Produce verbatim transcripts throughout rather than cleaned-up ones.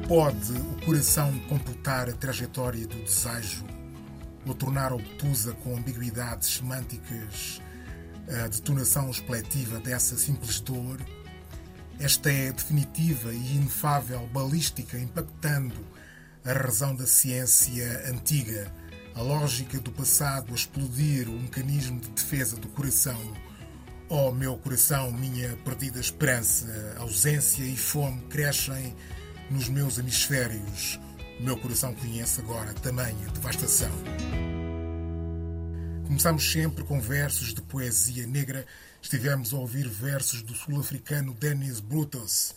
Pode o coração computar a trajetória do desejo ou tornar obtusa com ambiguidades semânticas a detonação expletiva dessa simples dor? Esta é definitiva e inefável balística impactando a razão da ciência antiga, a lógica do passado a explodir o mecanismo de defesa do coração. Oh, meu coração, minha perdida esperança, ausência e fome crescem nos meus hemisférios. O meu coração conhece agora tamanha devastação. Começamos sempre com versos de poesia negra. Estivemos a ouvir versos do sul-africano Dennis Brutus.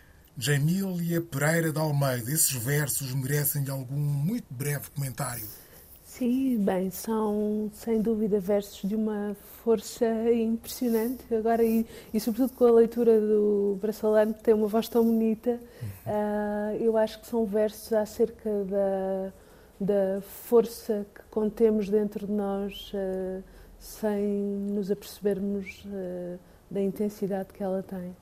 Jamília Pereira de Almeida, esses versos merecem-lhe algum muito breve comentário? Sim, bem, são sem dúvida versos de uma força impressionante. Agora, e, e sobretudo com a leitura do Braçalano, que tem uma voz tão bonita, uhum. uh, eu acho que são versos acerca da, da força que contemos dentro de nós, uh, sem nos apercebermos uh, da intensidade que ela tem.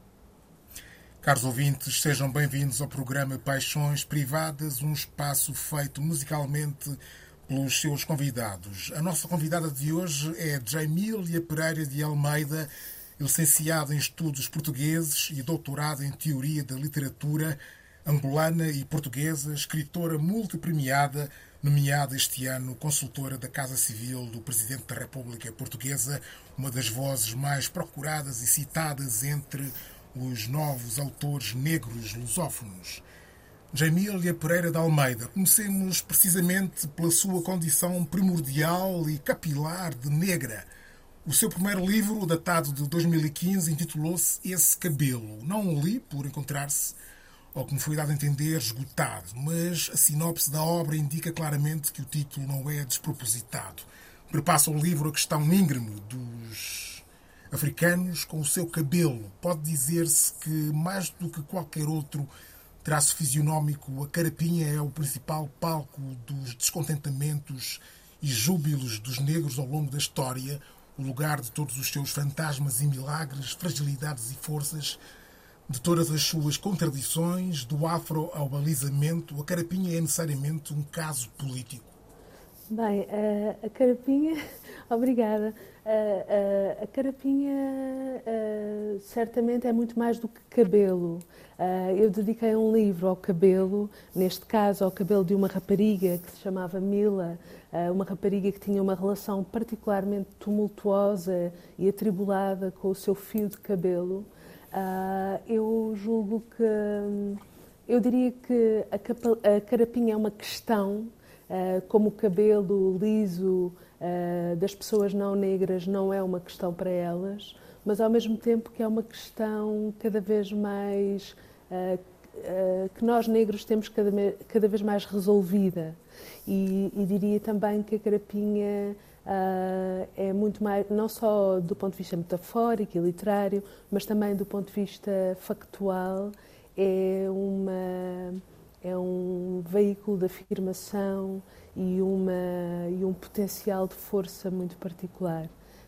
Caros ouvintes, sejam bem-vindos ao programa Paixões Privadas, um espaço feito musicalmente pelos seus convidados. A nossa convidada de hoje é Jamília Pereira de Almeida, licenciada em Estudos Portugueses e doutorada em Teoria da Literatura angolana e portuguesa, escritora multipremiada, nomeada este ano consultora da Casa Civil do Presidente da República Portuguesa, uma das vozes mais procuradas e citadas entre os novos autores negros lusófonos. Jamília Pereira de Almeida, comecemos precisamente pela sua condição primordial e capilar de negra. O seu primeiro livro, datado de dois mil e quinze, intitulou-se Esse Cabelo. Não o li por encontrar-se, ou como foi dado a entender, esgotado, mas a sinopse da obra indica claramente que o título não é despropositado. Perpassa o livro a questão íngreme dos africanos com o seu cabelo. Pode dizer-se que, mais do que qualquer outro traço fisionómico, a carapinha é o principal palco dos descontentamentos e júbilos dos negros ao longo da história, o lugar de todos os seus fantasmas e milagres, fragilidades e forças, de todas as suas contradições, do afro ao balizamento. A carapinha é necessariamente um caso político. Bem, a, a carapinha, obrigada, a, a, a carapinha a, certamente é muito mais do que cabelo. A, eu dediquei um livro ao cabelo, neste caso ao cabelo de uma rapariga que se chamava Mila, a, uma rapariga que tinha uma relação particularmente tumultuosa e atribulada com o seu fio de cabelo. A, eu julgo que, eu diria que a, capa, a carapinha é uma questão. Uh, como o cabelo liso uh, das pessoas não negras não é uma questão para elas, mas ao mesmo tempo que é uma questão cada vez mais, uh, uh, que nós negros temos cada, cada vez mais resolvida. E, e diria também que a carapinha uh, é muito mais, não só do ponto de vista metafórico e literário, mas também do ponto de vista factual, é uma... é um veículo de afirmação e, uma, e um potencial de força muito particular.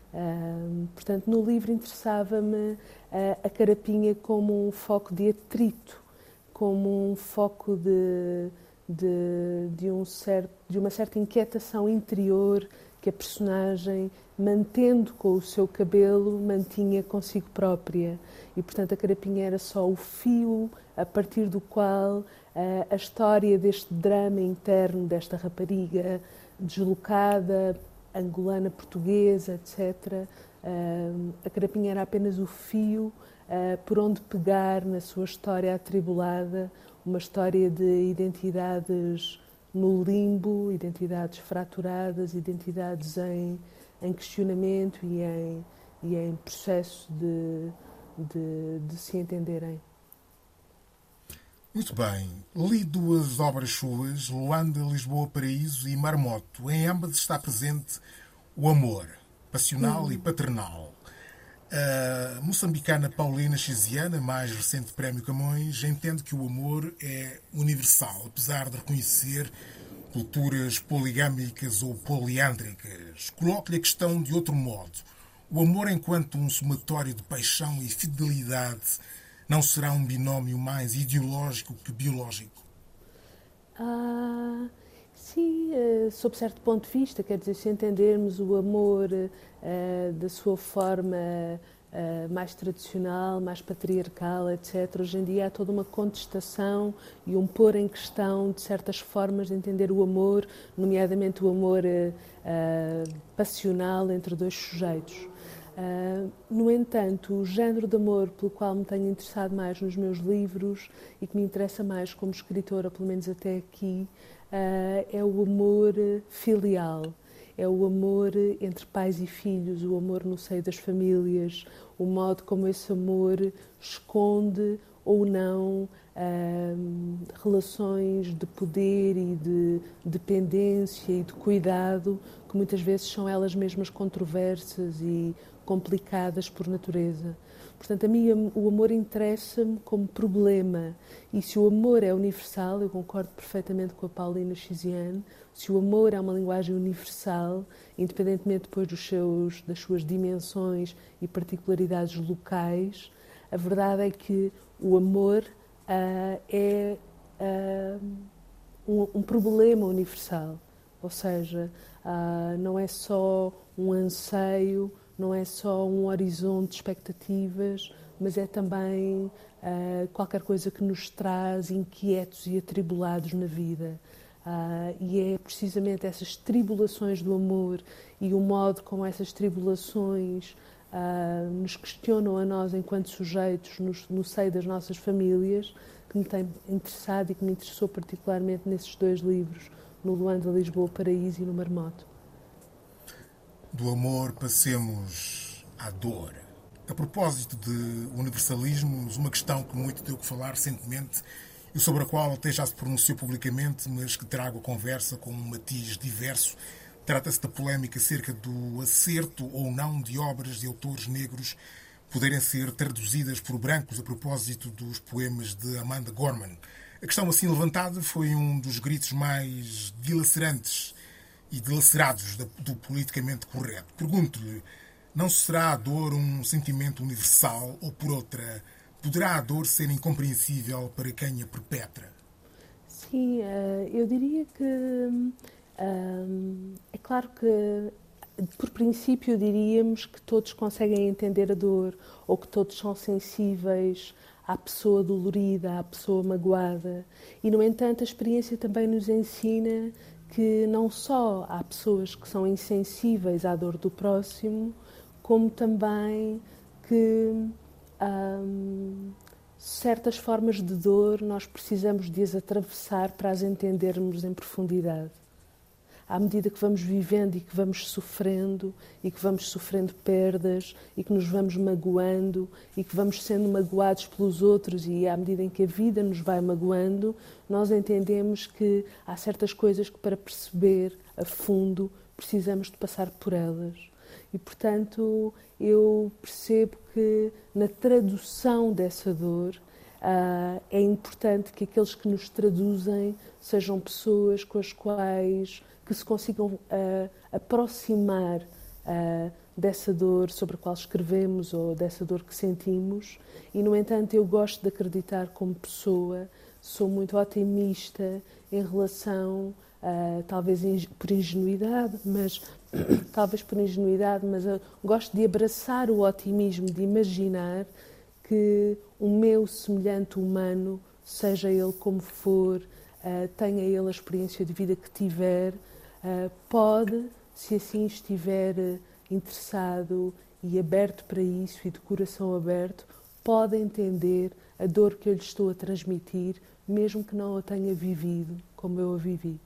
Um, portanto, no livro interessava-me a, a carapinha como um foco de atrito, como um foco de, de, de, um certo, de uma certa inquietação interior que a personagem, mantendo com o seu cabelo, mantinha consigo própria. E, portanto, a carapinha era só o fio a partir do qual uh, a história deste drama interno desta rapariga deslocada, angolana, portuguesa, etcétera. Uh, a carapinha era apenas o fio uh, por onde pegar na sua história atribulada, uma história de identidades no limbo, identidades fraturadas, identidades em, em questionamento e em, e em processo de, de, de se entenderem. Muito bem. Li duas obras suas, Luanda, Lisboa, Paraíso e Marmoto. Em ambas está presente o amor, passional uhum. e paternal. A moçambicana Paulina Chiziana, mais recente Prémio Camões, entende que o amor é universal, apesar de reconhecer culturas poligâmicas ou poliândricas. Coloco-lhe a questão de outro modo. O amor, enquanto um somatório de paixão e fidelidade, não será um binómio mais ideológico que biológico? Ah, sim, uh, sob certo ponto de vista, quer dizer, se entendermos o amor uh, da sua forma uh, mais tradicional, mais patriarcal, etcétera, hoje em dia há toda uma contestação e um pôr em questão de certas formas de entender o amor, nomeadamente o amor uh, uh, passional entre dois sujeitos. Uh, no entanto, o género de amor pelo qual me tenho interessado mais nos meus livros e que me interessa mais como escritora, pelo menos até aqui, uh, é o amor filial. É o amor entre pais e filhos, o amor no seio das famílias, o modo como esse amor esconde ou não uh, relações de poder e de dependência e de cuidado, que muitas vezes são elas mesmas controversas e complicadas por natureza. Portanto, a mim o amor interessa-me como problema, e se o amor é universal, eu concordo perfeitamente com a Paulina Chiziane, se o amor é uma linguagem universal, independentemente depois dos seus, das suas dimensões e particularidades locais, a verdade é que o amor uh, é uh, um, um problema universal, ou seja, uh, não é só um anseio, não é só um horizonte de expectativas, mas é também uh, qualquer coisa que nos traz inquietos e atribulados na vida. Uh, e é precisamente essas tribulações do amor e o modo como essas tribulações uh, nos questionam a nós enquanto sujeitos no, no seio das nossas famílias, que me tem interessado e que me interessou particularmente nesses dois livros, no Luanda, Lisboa, Paraíso e no Marmoto. Do amor passemos à dor. A propósito de universalismo, uma questão que muito deu que falar recentemente e sobre a qual até já se pronunciou publicamente, mas que trago a conversa com um matiz diverso, trata-se da polémica acerca do acerto ou não de obras de autores negros poderem ser traduzidas por brancos a propósito dos poemas de Amanda Gorman. A questão assim levantada foi um dos gritos mais dilacerantes e dilacerados do politicamente correto. Pergunto-lhe, não será a dor um sentimento universal ou, por outra, poderá a dor ser incompreensível para quem a perpetra? Sim, eu diria que é claro que, por princípio, diríamos que todos conseguem entender a dor ou que todos são sensíveis à pessoa dolorida, à pessoa magoada. E, no entanto, a experiência também nos ensina que não só há pessoas que são insensíveis à dor do próximo, como também que hum, certas formas de dor nós precisamos de as atravessar para as entendermos em profundidade. À medida que vamos vivendo e que vamos sofrendo, e que vamos sofrendo perdas, e que nos vamos magoando, e que vamos sendo magoados pelos outros, e à medida em que a vida nos vai magoando, nós entendemos que há certas coisas que, para perceber a fundo, precisamos de passar por elas. E, portanto, eu percebo que na tradução dessa dor uh, é importante que aqueles que nos traduzem sejam pessoas com as quais que se consigam uh, aproximar uh, dessa dor sobre a qual escrevemos ou dessa dor que sentimos. E, no entanto, eu gosto de acreditar como pessoa, sou muito otimista em relação, uh, talvez por ingenuidade, mas talvez por ingenuidade, mas eu gosto de abraçar o otimismo, de imaginar que o meu semelhante humano, seja ele como for, uh, tenha ele a experiência de vida que tiver, Uh, pode, se assim estiver uh, interessado e aberto para isso e de coração aberto, pode entender a dor que eu lhe estou a transmitir, mesmo que não a tenha vivido como eu a vivi.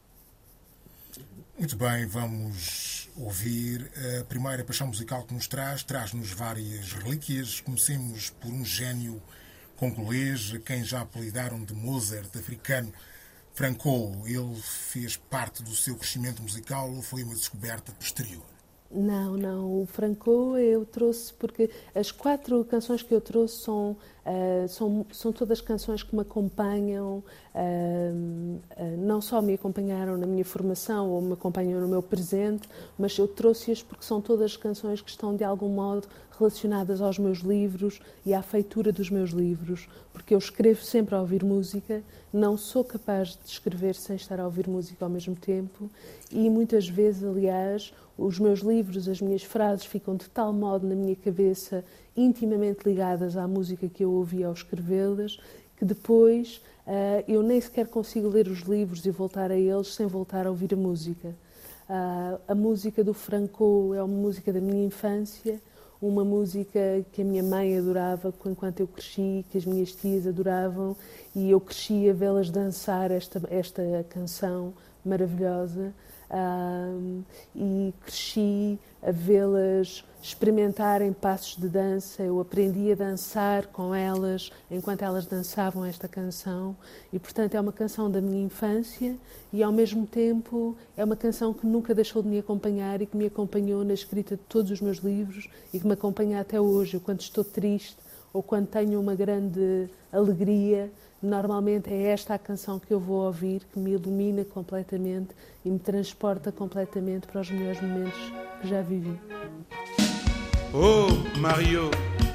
Muito bem, vamos ouvir a primeira paixão musical que nos traz. Traz-nos várias relíquias. Comecemos por um gênio congolês, a quem já apelidaram de Mozart africano. Franco, ele fez parte do seu crescimento musical ou foi uma descoberta posterior? Não, não. O Franco eu trouxe porque as quatro canções que eu trouxe são Uh, são, são todas canções que me acompanham, uh, uh, não só me acompanharam na minha formação ou me acompanham no meu presente, mas eu trouxe-as porque são todas canções que estão de algum modo relacionadas aos meus livros e à feitura dos meus livros, porque eu escrevo sempre a ouvir música, não sou capaz de escrever sem estar a ouvir música ao mesmo tempo e muitas vezes, aliás, os meus livros, as minhas frases ficam de tal modo na minha cabeça, intimamente ligadas à música que eu ouvi ao escrevê-las, que depois uh, eu nem sequer consigo ler os livros e voltar a eles sem voltar a ouvir a música. Uh, a música do Franco é uma música da minha infância, uma música que a minha mãe adorava enquanto eu cresci, que as minhas tias adoravam, e eu cresci a vê-las dançar esta, esta canção maravilhosa. Um, e cresci a vê-las experimentarem passos de dança. Eu aprendi a dançar com elas enquanto elas dançavam esta canção e, portanto, é uma canção da minha infância e, ao mesmo tempo, é uma canção que nunca deixou de me acompanhar e que me acompanhou na escrita de todos os meus livros e que me acompanha até hoje. Eu, quando estou triste ou quando tenho uma grande alegria, normalmente é esta a canção que eu vou ouvir, que me ilumina completamente e me transporta completamente para os melhores momentos que já vivi. Oh, Mario,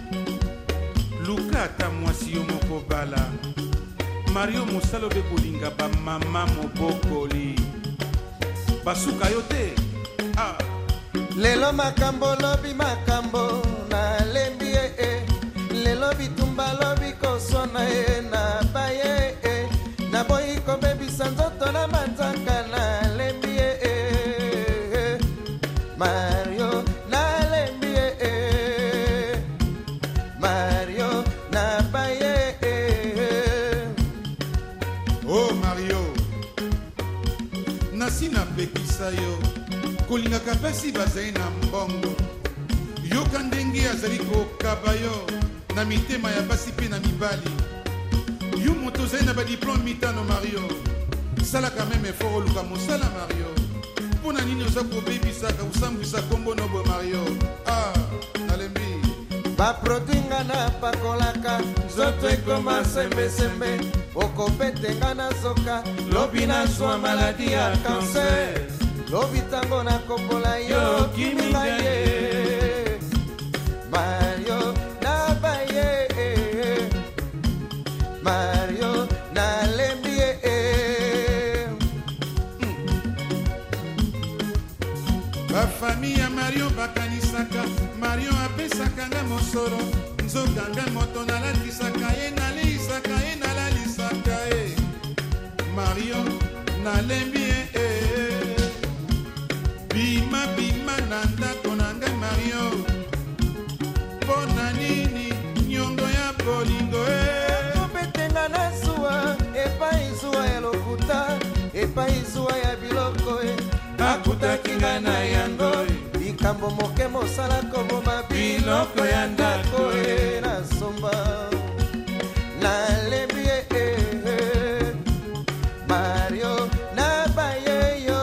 Luka ta mwasi yo moko bala. Mario mosalo be kolinga ba mama mobokoli. Basuka yo te. Ah. Lelo makambo lobi makambo na lembi e. Lelo bitumba lobi kosona e na baye e. Na boy ko baby sanzoto na manzaka na lembi e. Mario na lembi e. Mario na baye e. Oh Mario, nasina pekisa yo. Kolinga kapesi bazai na mbongo. Yo kandengi azali kokaba yo. Na mitema ya basi pe na mibali. Yo moto zai na ba diplôme mitano Mario. Sala quand même effort oluka mosala Mario. Pona nini oza kobebisaka osambwisa kombo nobo Mario. Ah, nalembi. Ba produinga na pakolaka zoto ekoma sembe sembe. Okopetenga na zoka lobi na zwa maladi ya cancer. Lobi tango na kopola yo kiminga ye. Mario na baye. Mario na lembie. Ba famille ya Mario bakanisaka. Mario apesaka nga mosoro. Nzoka nga moto nalatisaka ye naleisaka ye nalalisaka ye. Mario na lembie. Bima bima nanda konanga Mario. Bona nini nyongo ya bolingo e. Kopetenga na zuwa epa izuwa ya lokuta epa izuwa ya biloko e. Akuta kinga na yango bikambo moke mosala koboma biloko ya ndako e. Na somba na lembie e. Mario na baye yo.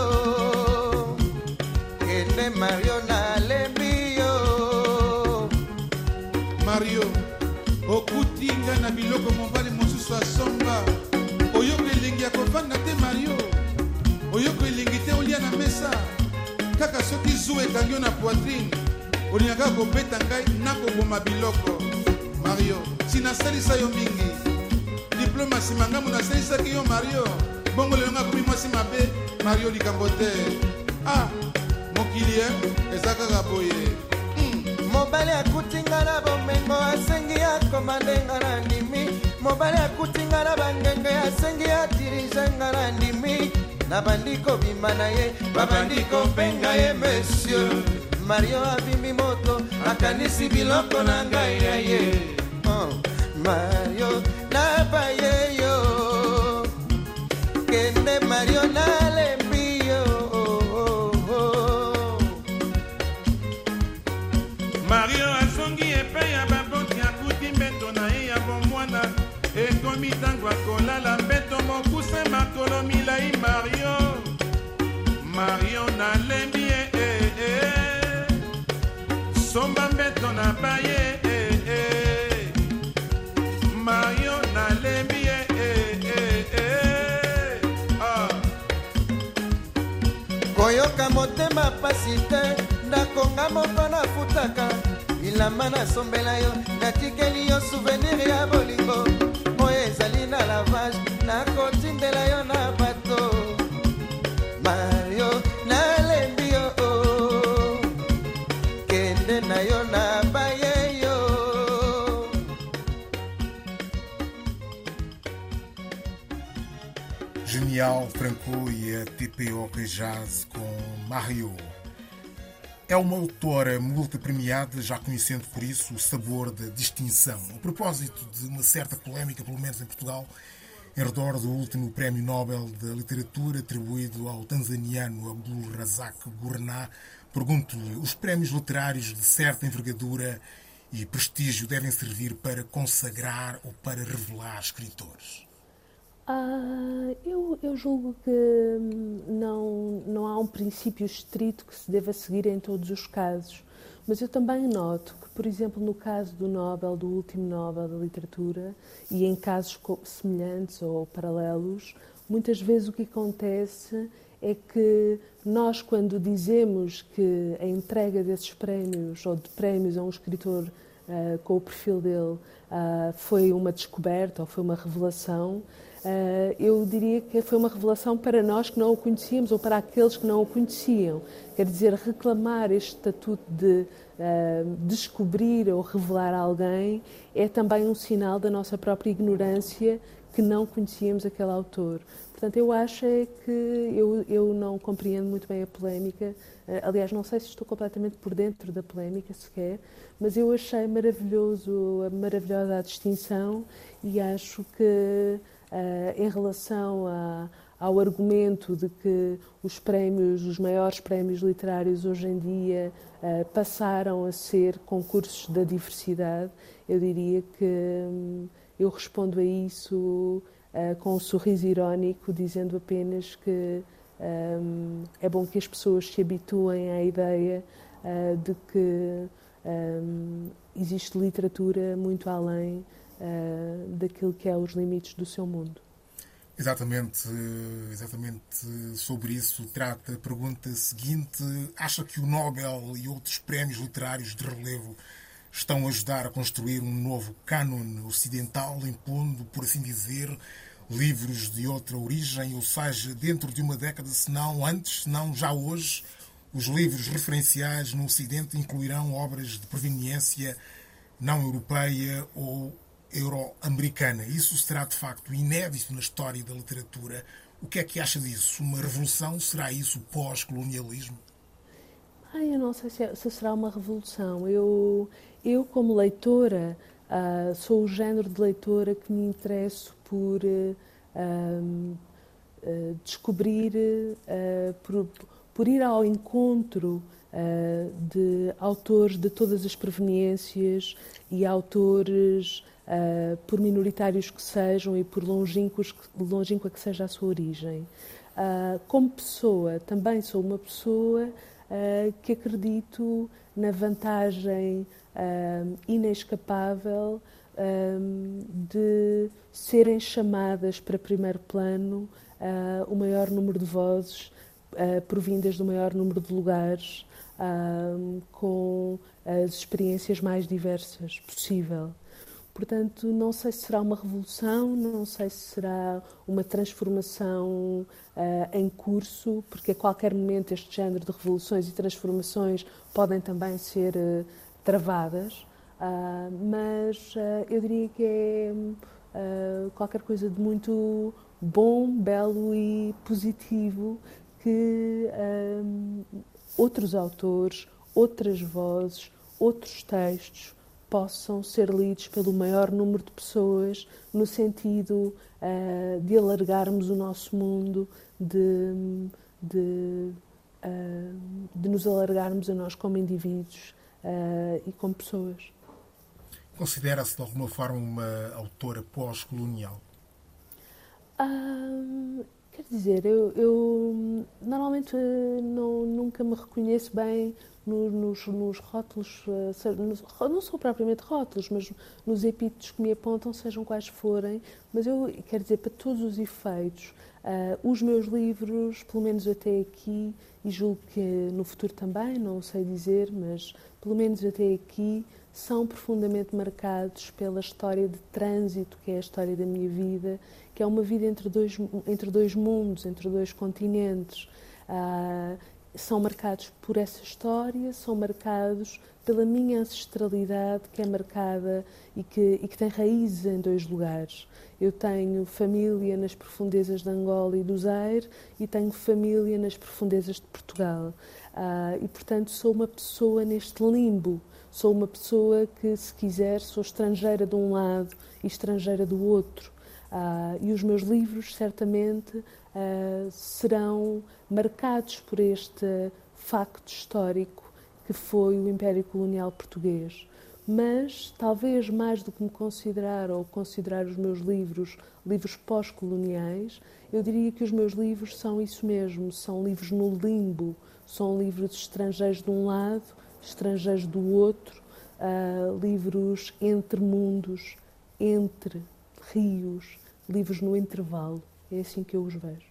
Mario na lembio. Mario okutinga na biloko mobali mosusu asomba. Oyoko elengi ya kovanda te Mario. Oyoko elengi te olia na mesa. Kaka soki zuwa ekangi yo na poitrine olingaka kobeta ngai nakoboma biloko. Mario sinasalisa yo mingi. Diploma nsima ngambo nasalisaki yo Mario. Bongo lelo nga komi mwasi mabe Mario likambo te. Ah, mokili ezaka kaboye. Mm. Mobali akutinga na bomengo asengi akomandenga na ndimi. Mobali akutinga na bangenge asengi atirijenga na ndimi. Na bandiko bimba na ye babandiko penga ye monsieur. Mario abimbi moto akanisi biloko na ngai ya ye. Oh. Mario na baye yo. Kende Mario na lembi yo. Mario asongi epai ya baboti akuti mbeto na ye ya bomwana. Ekomi tango akolala mbeto mokuse makolo milai Mario. Mario na lembi e e e. Somba mbeto na baye e e. pasi te ndakonga moko nafutaka bilamba nasombela yo natikeli yo souvenir ya bolingo oyo ezali na lavage nakotindela yo na bato Mario nalembi yo oh. Kende na yo na baye yo. Genial Franco e a T P O P Jazz com Mario. É uma autora multipremiada, já conhecendo por isso o sabor da distinção. A propósito de uma certa polémica, pelo menos em Portugal, em redor do último Prémio Nobel da Literatura atribuído ao tanzaniano Abdul Razak Gurnah, pergunto-lhe, os prémios literários de certa envergadura e prestígio devem servir para consagrar ou para revelar escritores? Ah, eu, eu julgo que não, não há um princípio estrito que se deva seguir em todos os casos, mas eu também noto que, por exemplo, no caso do Nobel, do último Nobel da Literatura, e em casos semelhantes ou paralelos, muitas vezes o que acontece é que nós, quando dizemos que a entrega desses prémios, ou de prémios a um escritor uh, com o perfil dele, uh, foi uma descoberta ou foi uma revelação, Uh, eu diria que foi uma revelação para nós que não o conhecíamos ou para aqueles que não o conheciam. Quer dizer, reclamar este estatuto de uh, descobrir ou revelar alguém é também um sinal da nossa própria ignorância que não conhecíamos aquele autor. Portanto, eu acho é que eu, eu não compreendo muito bem a polémica. Uh, aliás, não sei se estou completamente por dentro da polémica sequer, mas eu achei maravilhoso, maravilhosa a distinção e acho que Uh, em relação a, ao argumento de que os prémios, os maiores prémios literários hoje em dia uh, passaram a ser concursos da diversidade, eu diria que um, eu respondo a isso uh, com um sorriso irónico, dizendo apenas que um, é bom que as pessoas se habituem à ideia uh, de que um, existe literatura muito além Uh, daquilo que é os limites do seu mundo. Exatamente, exatamente sobre isso trata a pergunta seguinte. Acha que o Nobel e outros prémios literários de relevo estão a ajudar a construir um novo cânon ocidental, impondo, por assim dizer, livros de outra origem, ou seja, dentro de uma década, se não antes, se não já hoje, os livros referenciais no Ocidente incluirão obras de proveniência não europeia ou euro-americana. Isso será, de facto, inédito na história da literatura. O que é que acha disso? Uma revolução? Será isso pós-colonialismo? Ah, eu não sei se, é, se será uma revolução. Eu, eu como leitora, uh, sou o género de leitora que me interesso por uh, uh, descobrir, uh, por, por ir ao encontro uh, de autores de todas as proveniências e autores Uh, por minoritários que sejam e por longínquos, longínqua que seja a sua origem. Uh, como pessoa, também sou uma pessoa uh, que acredito na vantagem uh, inescapável uh, de serem chamadas para primeiro plano uh, o maior número de vozes uh, provindas do maior número de lugares uh, com as experiências mais diversas possível. Portanto, não sei se será uma revolução, não sei se será uma transformação uh, em curso, porque a qualquer momento este género de revoluções e transformações podem também ser uh, travadas, uh, mas uh, eu diria que é uh, qualquer coisa de muito bom, belo e positivo que uh, outros autores, outras vozes, outros textos possam ser lidos pelo maior número de pessoas no sentido uh, de alargarmos o nosso mundo, de, de, uh, de nos alargarmos a nós como indivíduos uh, e como pessoas. Considera-se de alguma forma uma autora pós-colonial? Uh, quer dizer, eu, eu normalmente não, nunca me reconheço bem no, nos, nos rótulos, não são propriamente rótulos, mas nos epítetos que me apontam, sejam quais forem, mas eu quero dizer, para todos os efeitos, uh, os meus livros, pelo menos até aqui, e julgo que no futuro também, não sei dizer, mas pelo menos até aqui, são profundamente marcados pela história de trânsito, que é a história da minha vida, que é uma vida entre dois, entre dois mundos, entre dois continentes. Uh, são marcados por essa história, são marcados pela minha ancestralidade, que é marcada e que, e que tem raízes em dois lugares. Eu tenho família nas profundezas de Angola e do Zaire e tenho família nas profundezas de Portugal. Uh, e, portanto, sou uma pessoa neste limbo. Sou uma pessoa que, se quiser, sou estrangeira de um lado e estrangeira do outro. Uh, e os meus livros, certamente, uh, serão marcados por este facto histórico que foi o Império Colonial Português. Mas, talvez mais do que me considerar ou considerar os meus livros livros pós-coloniais, eu diria que os meus livros são isso mesmo, são livros no limbo, são livros estrangeiros de um lado, estrangeiros do outro, uh, livros entre mundos, entre rios, livros no intervalo. É assim que eu os vejo.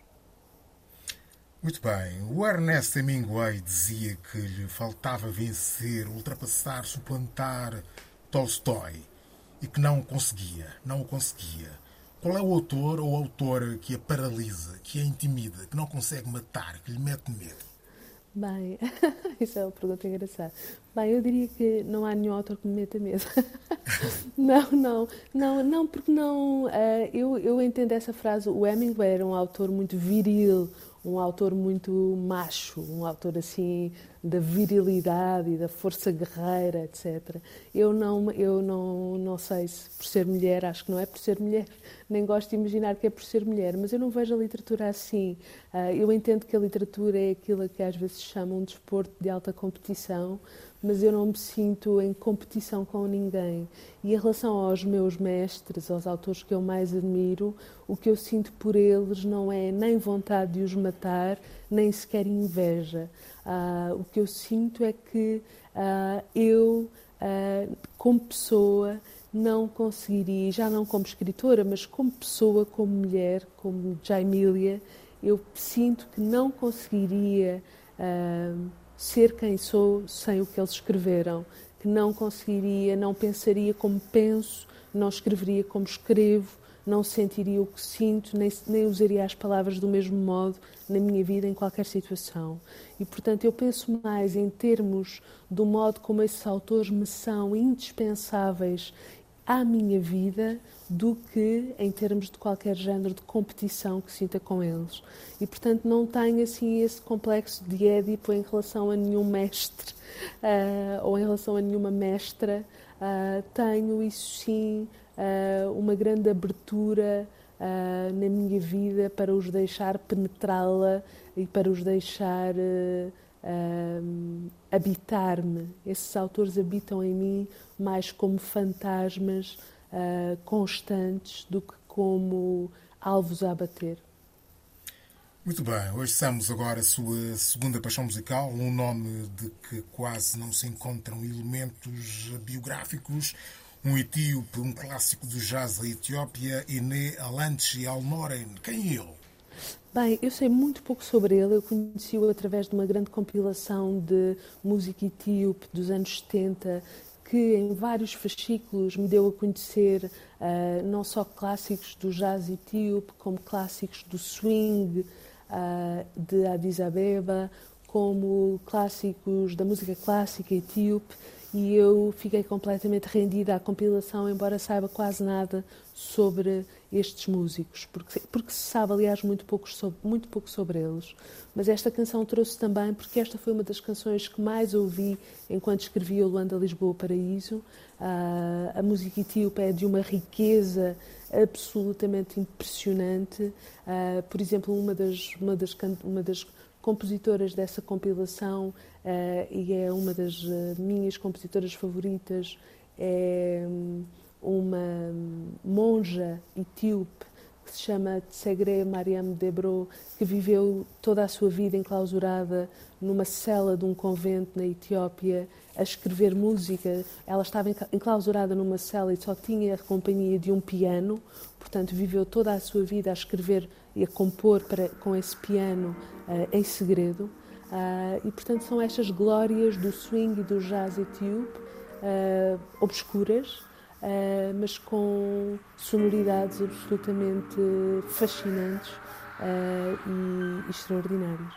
Muito bem. O Ernest Hemingway dizia que lhe faltava vencer, ultrapassar, suplantar Tolstói e que não o conseguia, não o conseguia. Qual é o autor ou autora que a paralisa, que a intimida, que não consegue matar, que lhe mete medo? Bem, isso é uma pergunta engraçada. Bem, eu diria que não há nenhum autor que me meta medo. não, não, não, não, porque não. Uh, eu, eu entendo essa frase. O Hemingway era um autor muito viril, um autor muito macho, um autor assim da virilidade e da força guerreira, etcétera. Eu não, eu não, não sei se por ser mulher, acho que não é por ser mulher, nem gosto de imaginar que é por ser mulher, mas eu não vejo a literatura assim. Uh, eu entendo que a literatura é aquilo que às vezes se chama um desporto de alta competição, mas eu não me sinto em competição com ninguém. E em relação aos meus mestres, aos autores que eu mais admiro, o que eu sinto por eles não é nem vontade de os matar, nem sequer inveja. Uh, o que eu sinto é que uh, eu, uh, como pessoa, não conseguiria, já não como escritora, mas como pessoa, como mulher, como Jaimília, eu sinto que não conseguiria uh, ser quem sou sem o que eles escreveram, que não conseguiria, não pensaria como penso, não escreveria como escrevo, não sentiria o que sinto, nem, nem usaria as palavras do mesmo modo na minha vida, em qualquer situação. E, portanto, eu penso mais em termos do modo como esses autores me são indispensáveis à minha vida do que em termos de qualquer género de competição que sinta com eles. E, portanto, não tenho assim esse complexo de Édipo em relação a nenhum mestre uh, ou em relação a nenhuma mestra. Uh, tenho, isso sim, uh, uma grande abertura uh, na minha vida para os deixar penetrá-la e para os deixar uh, uh, habitar-me. Esses autores habitam em mim mais como fantasmas uh, constantes do que como alvos a abater. Muito bem, hoje estamos agora a sua segunda paixão musical, um nome de que quase não se encontram elementos biográficos, um etíope, um clássico do jazz da Etiópia, Ene Alanchi Alnoren. Quem é ele? Bem, eu sei muito pouco sobre ele. Eu conheci-o através de uma grande compilação de música etíope dos anos setenta, que em vários fascículos me deu a conhecer uh, não só clássicos do jazz etíope, como clássicos do swing uh, de Addis Abeba, como clássicos da música clássica etíope, e eu fiquei completamente rendida à compilação, embora saiba quase nada sobre estes músicos, porque, porque se sabe, aliás, muito pouco, sobre, muito pouco sobre eles. Mas esta canção trouxe também, porque esta foi uma das canções que mais ouvi enquanto escrevia o Luanda, Lisboa, Paraíso. Uh, a música etíope é de uma riqueza absolutamente impressionante. Uh, por exemplo, uma das, uma das, uma das compositoras dessa compilação, uh, e é uma das uh, minhas compositoras favoritas, é uma monja etíope que se chama Tsegre Mariam Debro, que viveu toda a sua vida enclausurada numa cela de um convento na Etiópia, a escrever música. Ela estava enclausurada numa cela e só tinha a companhia de um piano, portanto viveu toda a sua vida a escrever e a compor para, com esse piano uh, em segredo. Uh, e portanto são estas glórias do swing e do jazz etíope, uh, obscuras, uh, mas com sonoridades absolutamente fascinantes uh, e, e extraordinárias.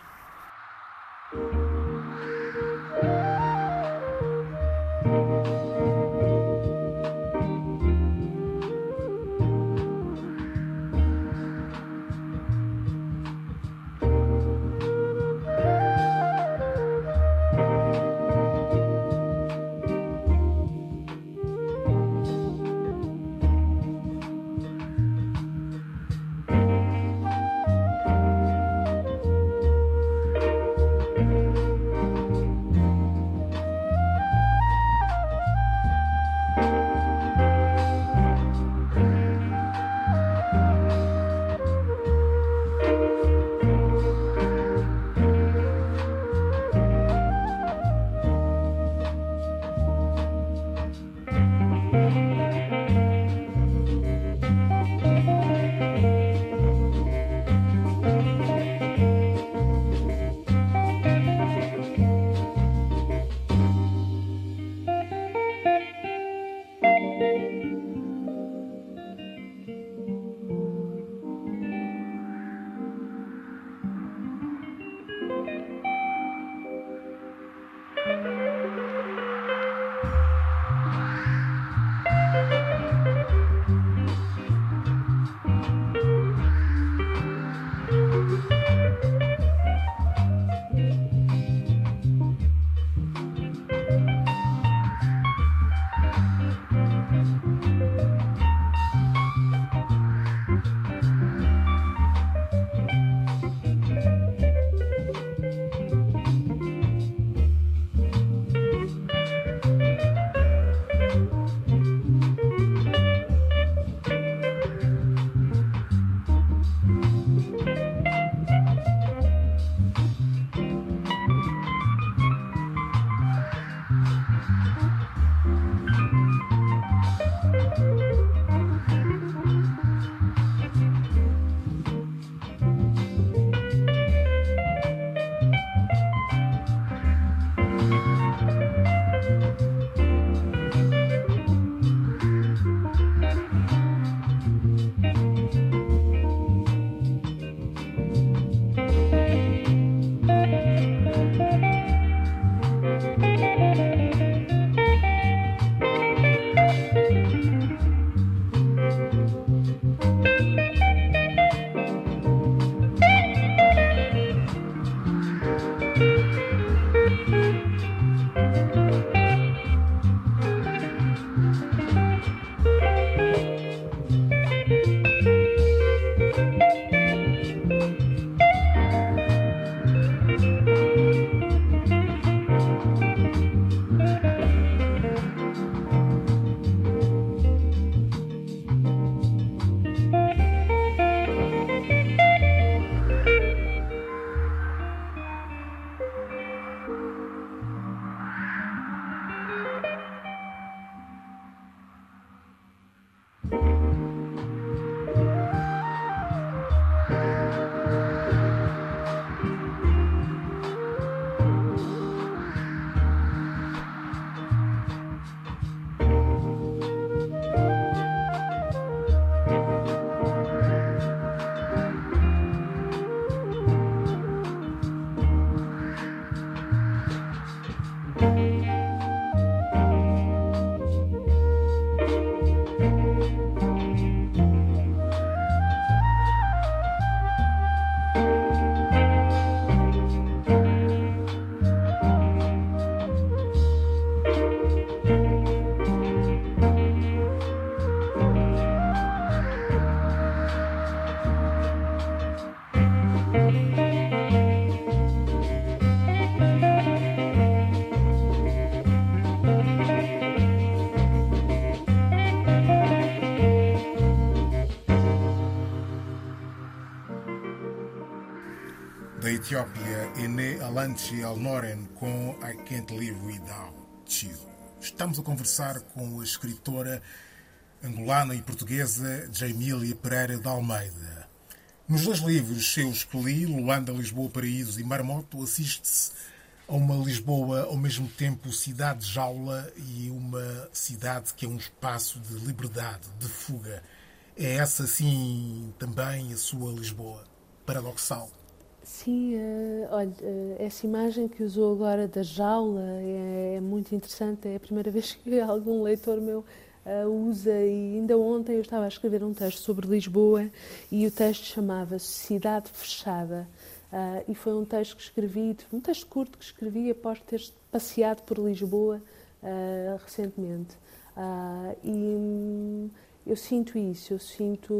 Etiópia, Ene Alanchi Alnoren, com I Can't Live Without You. Estamos a conversar com a escritora angolana e portuguesa Jaimília Pereira de Almeida. Nos dois livros seus que li, Luanda, Lisboa, Paraíso e Marmoto, assiste-se a uma Lisboa ao mesmo tempo cidade-jaula e uma cidade que é um espaço de liberdade, de fuga. É essa, sim, também a sua Lisboa paradoxal? Sim, uh, olha, uh, essa imagem que usou agora da jaula é, é muito interessante. É a primeira vez que algum leitor meu uh, usa, e ainda ontem eu estava a escrever um texto sobre Lisboa e o texto chamava-se Cidade Fechada. Uh, e foi um texto que escrevi, um texto curto que escrevi após ter passeado por Lisboa uh, recentemente. Uh, e hum, eu sinto isso, eu sinto,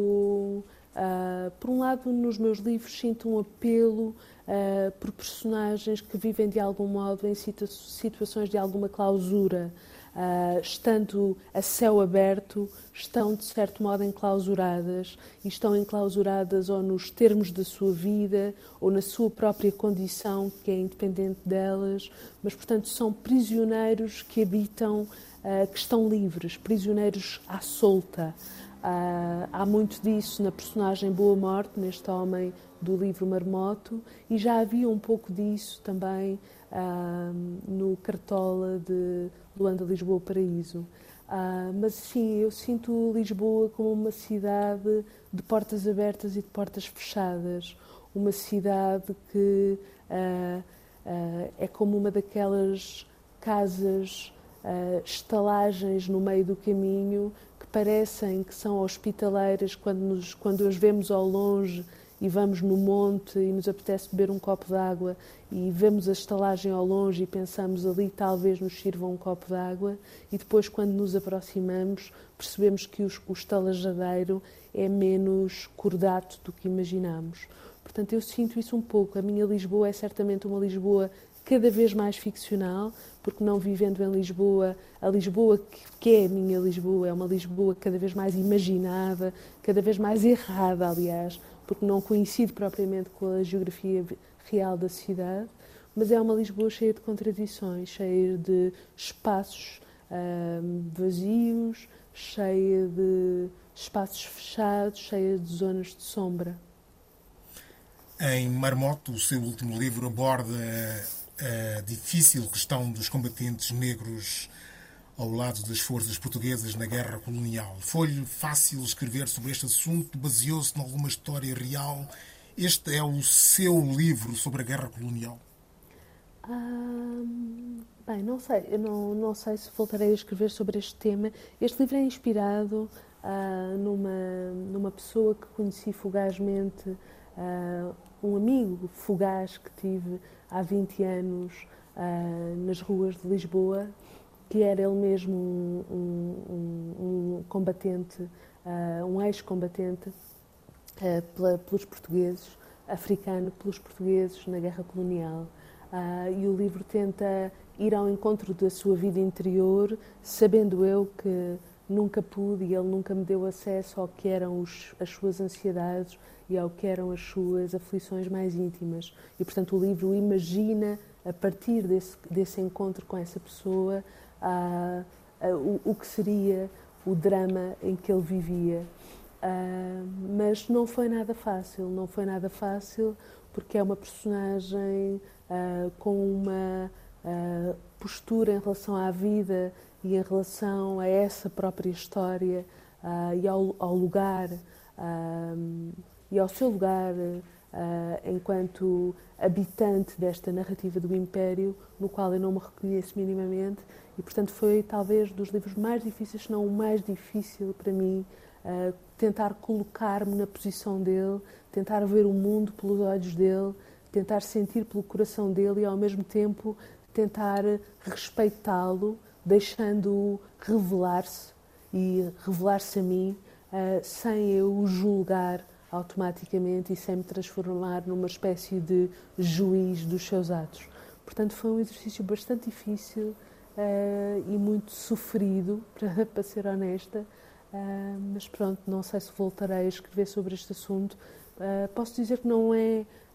uh, por um lado, nos meus livros, sinto um apelo uh, por personagens que vivem de algum modo em situa- situações de alguma clausura. Uh, estando a céu aberto, estão de certo modo enclausuradas, e estão enclausuradas ou nos termos da sua vida ou na sua própria condição, que é independente delas, mas, portanto, são prisioneiros que habitam, uh, que estão livres, prisioneiros à solta. Uh, há muito disso na personagem Boa Morte, neste homem do livro Marmoto, e já havia um pouco disso também uh, no Cartola de Luanda, Lisboa, Paraíso. Uh, mas sim, eu sinto Lisboa como uma cidade de portas abertas e de portas fechadas. Uma cidade que uh, uh, é como uma daquelas casas, uh, estalagens no meio do caminho, que parecem que são hospitaleiras quando, nos, quando as vemos ao longe e vamos no monte e nos apetece beber um copo de água e vemos a estalagem ao longe e pensamos ali talvez nos sirvam um copo de água, e depois quando nos aproximamos percebemos que o, o estalajadeiro é menos cordato do que imaginamos. Portanto, eu sinto isso um pouco. A minha Lisboa é certamente uma Lisboa cada vez mais ficcional, porque não vivendo em Lisboa, a Lisboa que, que é a minha Lisboa é uma Lisboa cada vez mais imaginada, cada vez mais errada, aliás, porque não coincide propriamente com a geografia real da cidade, mas é uma Lisboa cheia de contradições, cheia de espaços hum, vazios, cheia de espaços fechados, cheia de zonas de sombra. Em Marmoto, o seu último livro aborda a difícil questão dos combatentes negros ao lado das forças portuguesas na guerra colonial. Foi-lhe fácil escrever sobre este assunto? Baseou-se em alguma história real? Este é o seu livro sobre a guerra colonial? Ah, bem, não sei. Eu não, não sei se voltarei a escrever sobre este tema. Este livro é inspirado ah, numa, numa pessoa que conheci fugazmente, ah, um amigo fugaz que tive há vinte anos ah, nas ruas de Lisboa, que era ele mesmo um, um, um combatente, uh, um ex-combatente uh, pela, pelos portugueses, africano pelos portugueses na guerra colonial. Uh, e o livro tenta ir ao encontro da sua vida interior, sabendo eu que nunca pude e ele nunca me deu acesso ao que eram os, as suas ansiedades e ao que eram as suas aflições mais íntimas. E, portanto, o livro imagina, a partir desse, desse encontro com essa pessoa, Uh, uh, o, o que seria o drama em que ele vivia. Uh, mas não foi nada fácil, não foi nada fácil, porque é uma personagem uh, com uma uh, postura em relação à vida e em relação a essa própria história uh, e ao, ao lugar uh, e ao seu lugar uh, enquanto habitante desta narrativa do Império, no qual eu não me reconheço minimamente. E, portanto, foi talvez dos livros mais difíceis, se não o mais difícil para mim, uh, tentar colocar-me na posição dele, tentar ver o mundo pelos olhos dele, tentar sentir pelo coração dele e, ao mesmo tempo, tentar respeitá-lo, deixando-o revelar-se e revelar-se a mim, uh, sem eu o julgar automaticamente e sem me transformar numa espécie de juiz dos seus atos. Portanto, foi um exercício bastante difícil uh, e muito sofrido, para, para ser honesta, uh, mas pronto, não sei se voltarei a escrever sobre este assunto. Uh, posso dizer que não é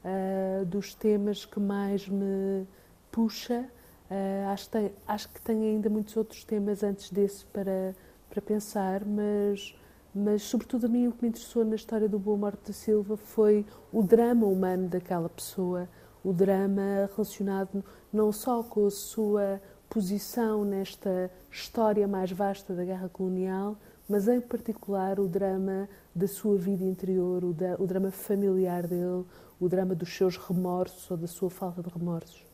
uh, dos temas que mais me puxa. Uh, acho, tem, acho que tenho ainda muitos outros temas antes desse para, para pensar, mas, mas sobretudo a mim o que me interessou na história do Boa Morte da Silva foi o drama humano daquela pessoa, o drama relacionado não só com a sua posição nesta história mais vasta da guerra colonial, mas em particular o drama da sua vida interior, o, da, o drama familiar dele, o drama dos seus remorsos ou da sua falta de remorsos.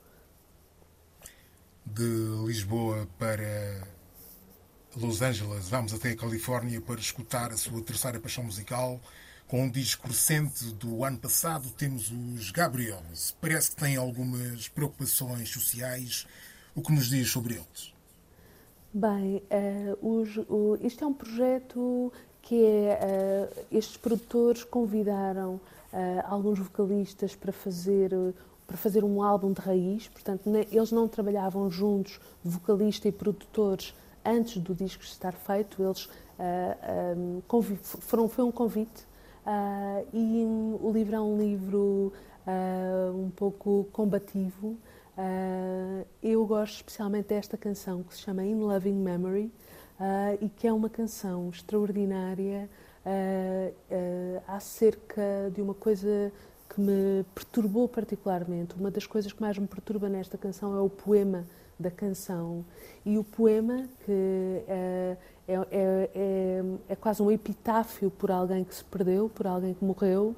De Lisboa para Los Angeles, vamos até a Califórnia para escutar a sua terceira paixão musical. Com um disco recente do ano passado, temos os Gabriels. Parece que têm algumas preocupações sociais. O que nos diz sobre eles? Bem, uh, os, o, isto é um projeto que é... Uh, estes produtores convidaram uh, alguns vocalistas para fazer... Uh, para fazer um álbum de raiz, portanto, eles não trabalhavam juntos, vocalista e produtores, antes do disco estar feito, eles uh, um, foram, foi um convite, uh, e um, o livro é um livro uh, um pouco combativo. Uh, eu gosto especialmente desta canção, que se chama In Loving Memory, uh, e que é uma canção extraordinária uh, uh, acerca de uma coisa que me perturbou particularmente. Uma das coisas que mais me perturba nesta canção é o poema da canção. E o poema, que é, é, é, é, é quase um epitáfio por alguém que se perdeu, por alguém que morreu,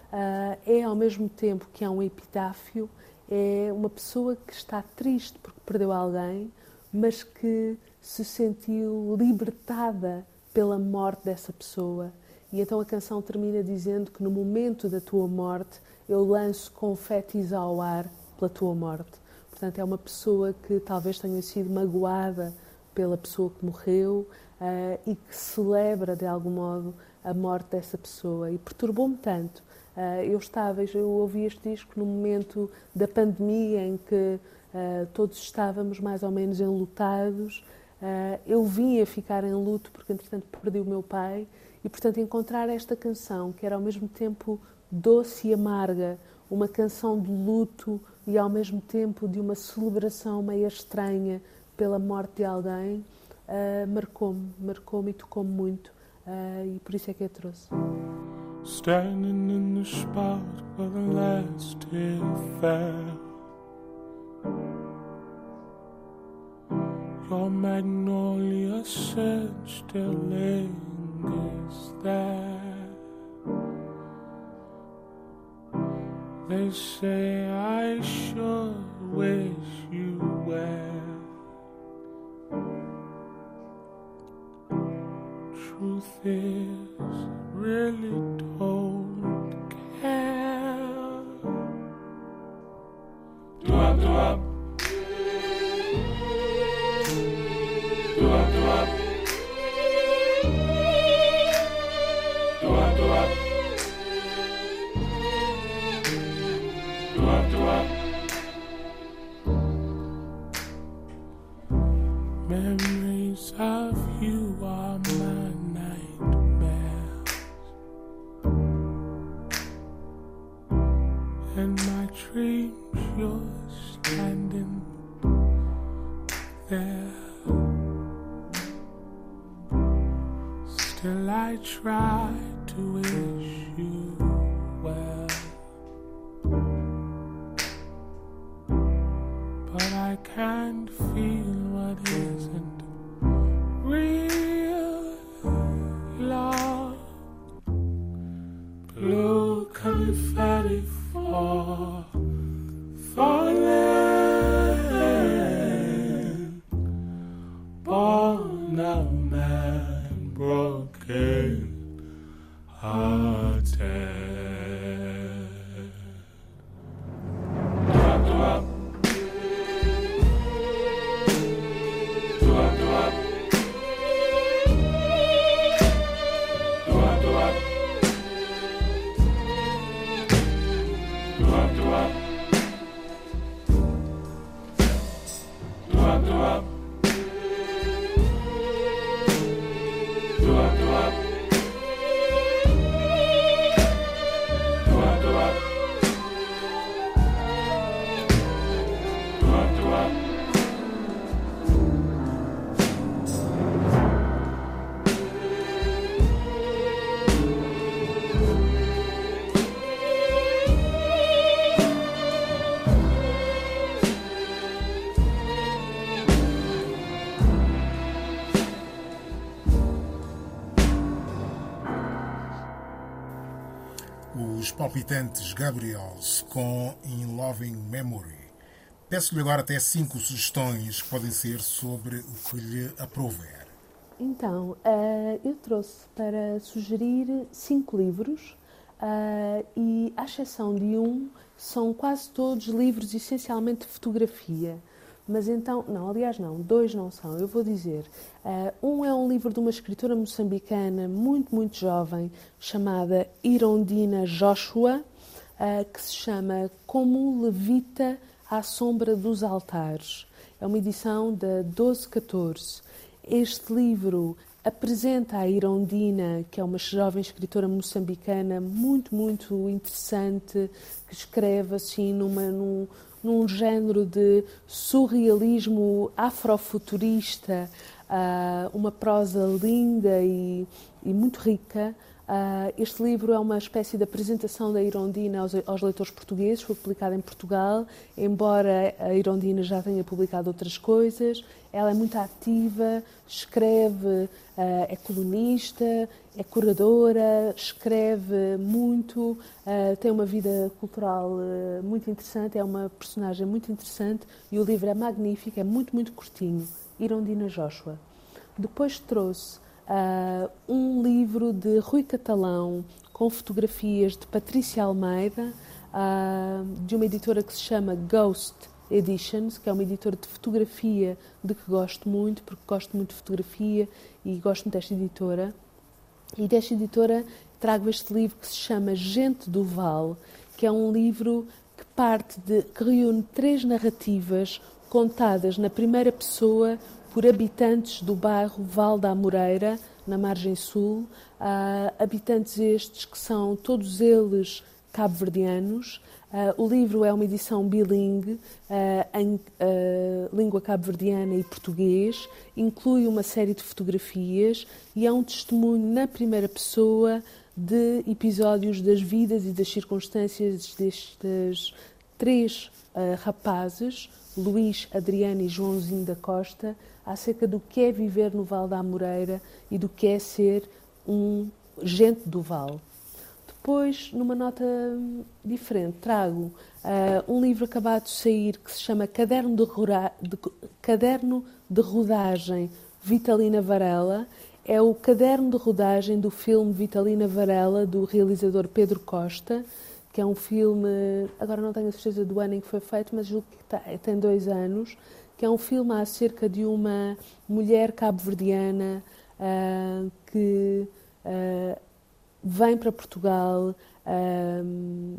é ao mesmo tempo que é um epitáfio, é uma pessoa que está triste porque perdeu alguém, mas que se sentiu libertada pela morte dessa pessoa. E então a canção termina dizendo que no momento da tua morte eu lanço confetis ao ar pela tua morte. Portanto, é uma pessoa que talvez tenha sido magoada pela pessoa que morreu uh, e que celebra de algum modo a morte dessa pessoa. E perturbou-me tanto. Uh, eu estava, eu ouvi este disco no momento da pandemia em que uh, todos estávamos mais ou menos enlutados. Uh, eu vim a ficar em luto porque, entretanto, perdi o meu pai. E, portanto, encontrar esta canção, que era ao mesmo tempo doce e amarga, uma canção de luto e ao mesmo tempo de uma celebração meio estranha pela morte de alguém, uh, marcou-me, marcou-me e tocou-me muito. Uh, e por isso é que eu trouxe. Standing in the spot where the last tear fell, your magnolia scent still lingers there. They say I sure wish you well. Truth is, really don't care. Do up, do up. Do up, do up. Do up, do up. Do up, do up. Memories of you are my nightmares, and my dreams you're standing there. Still I try to wish you well, but I can't feel what isn't real love. Blue confetti fall, falling, born a man broken hearted. Do dos palpitantes Gabriels com In Loving Memory. Peço-lhe agora até cinco sugestões que podem ser sobre o que lhe aprouver. Então, uh, eu trouxe para sugerir cinco livros uh, e, à exceção de um, são quase todos livros essencialmente de fotografia. Mas então, não, aliás não, dois não são, eu vou dizer. Uh, um é um livro de uma escritora moçambicana muito, muito jovem, chamada Irondina Joshua, uh, que se chama Como Levita à Sombra dos Altares. É uma edição da doze catorze. Este livro apresenta a Irondina, que é uma jovem escritora moçambicana muito, muito interessante, que escreve assim numa... num, num género de surrealismo afrofuturista, uh, uma prosa linda e, e muito rica. Uh, este livro é uma espécie de apresentação da Irondina aos, aos leitores portugueses, foi publicado em Portugal, embora a Irondina já tenha publicado outras coisas. Ela é muito ativa, escreve, uh, é colunista, é curadora, escreve muito, uh, tem uma vida cultural uh, muito interessante, é uma personagem muito interessante e o livro é magnífico, é muito, muito curtinho. Irondina Joshua. Depois trouxe uh, um livro de Rui Catalão com fotografias de Patrícia Almeida, uh, de uma editora que se chama Ghost Editions, que é uma editora de fotografia de que gosto muito, porque gosto muito de fotografia e gosto muito desta editora. E desta editora trago este livro que se chama Gente do Val, que é um livro que parte de, que reúne três narrativas contadas na primeira pessoa por habitantes do bairro Val da Amoreira, na margem sul, uh, habitantes estes que são todos eles cabo-verdianos. Uh, o livro é uma edição bilingue, uh, em uh, língua cabo-verdiana e português, inclui uma série de fotografias e é um testemunho na primeira pessoa de episódios das vidas e das circunstâncias destes três uh, rapazes, Luís, Adriano e Joãozinho da Costa, acerca do que é viver no Val da Amoreira e do que é ser um gente do Val. Depois, numa nota diferente, trago uh, um livro acabado de sair que se chama Caderno de, Rura... de... Caderno de Rodagem, Vitalina Varela. É o caderno de rodagem do filme Vitalina Varela, do realizador Pedro Costa, que é um filme, agora não tenho a certeza do ano em que foi feito, mas julgo que tem dois anos, que é um filme acerca de uma mulher cabo-verdiana uh, que... Uh, vem para Portugal um,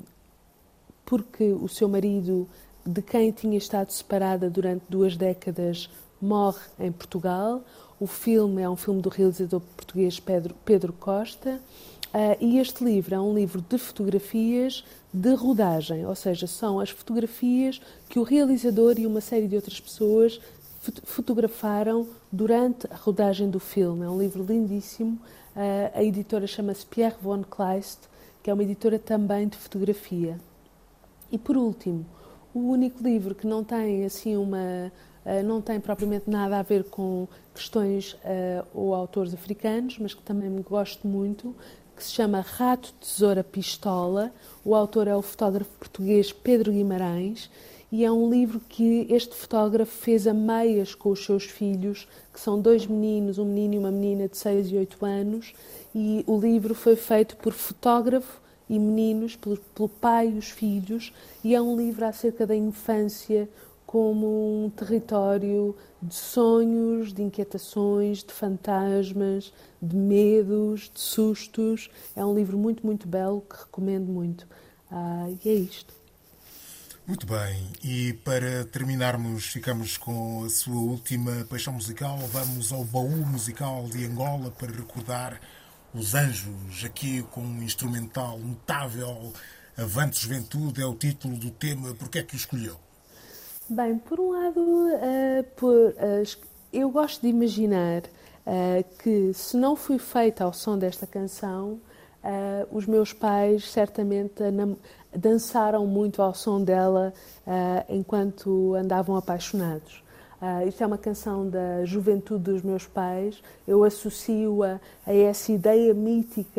porque o seu marido, de quem tinha estado separada durante duas décadas, morre em Portugal. O filme é um filme do realizador português Pedro, Pedro Costa uh, e este livro é um livro de fotografias de rodagem, ou seja, são as fotografias que o realizador e uma série de outras pessoas fotografaram durante a rodagem do filme. É um livro lindíssimo. Uh, a editora chama-se Pierre von Kleist, que é uma editora também de fotografia. E por último, o único livro que não tem assim uma uh, não tem propriamente nada a ver com questões uh, ou autores africanos, mas que também me gosto muito, que se chama Rato, Tesoura, Pistola. O autor é o fotógrafo português Pedro Guimarães. E é um livro que este fotógrafo fez a meias com os seus filhos, que são dois meninos, um menino e uma menina de seis e oito anos. E o livro foi feito por fotógrafo e meninos, pelo, pelo pai e os filhos. E é um livro acerca da infância como um território de sonhos, de inquietações, de fantasmas, de medos, de sustos. É um livro muito, muito belo que recomendo muito. Ah, e é isto. Muito bem, e para terminarmos, ficamos com a sua última paixão musical. Vamos ao baú musical de Angola para recordar Os Anjos, aqui com um instrumental notável. Avante Juventude é o título do tema. Por que é que o escolheu? Bem, por um lado, uh, por, uh, eu gosto de imaginar uh, que se não fui feita ao som desta canção, uh, os meus pais certamente nam- dançaram muito ao som dela uh, enquanto andavam apaixonados. Uh, isto é uma canção da juventude dos meus pais. Eu associo-a a essa ideia mítica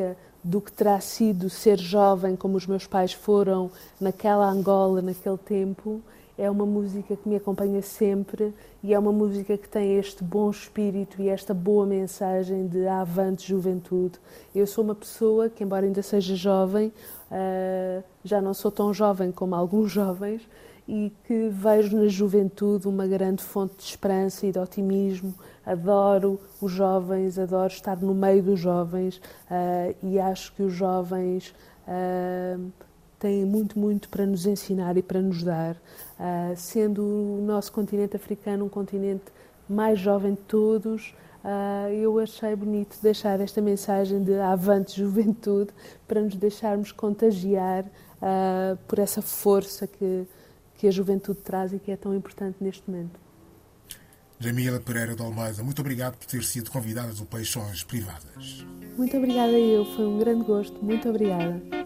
do que terá sido ser jovem como os meus pais foram naquela Angola, naquele tempo. É uma música que me acompanha sempre e é uma música que tem este bom espírito e esta boa mensagem de avante juventude. Eu sou uma pessoa que, embora ainda seja jovem, uh, já não sou tão jovem como alguns jovens, e que vejo na juventude uma grande fonte de esperança e de otimismo. Adoro os jovens, adoro estar no meio dos jovens uh, e acho que os jovens uh, têm muito, muito para nos ensinar e para nos dar. Uh, sendo o nosso continente africano um continente mais jovem de todos, uh, eu achei bonito deixar esta mensagem de avante juventude para nos deixarmos contagiar uh, por essa força que que a juventude traz e que é tão importante neste momento. Jamila Pereira de Almeida, muito obrigado por ter sido convidada do Paixões Privadas. Muito obrigada eu, foi um grande gosto. Muito obrigada.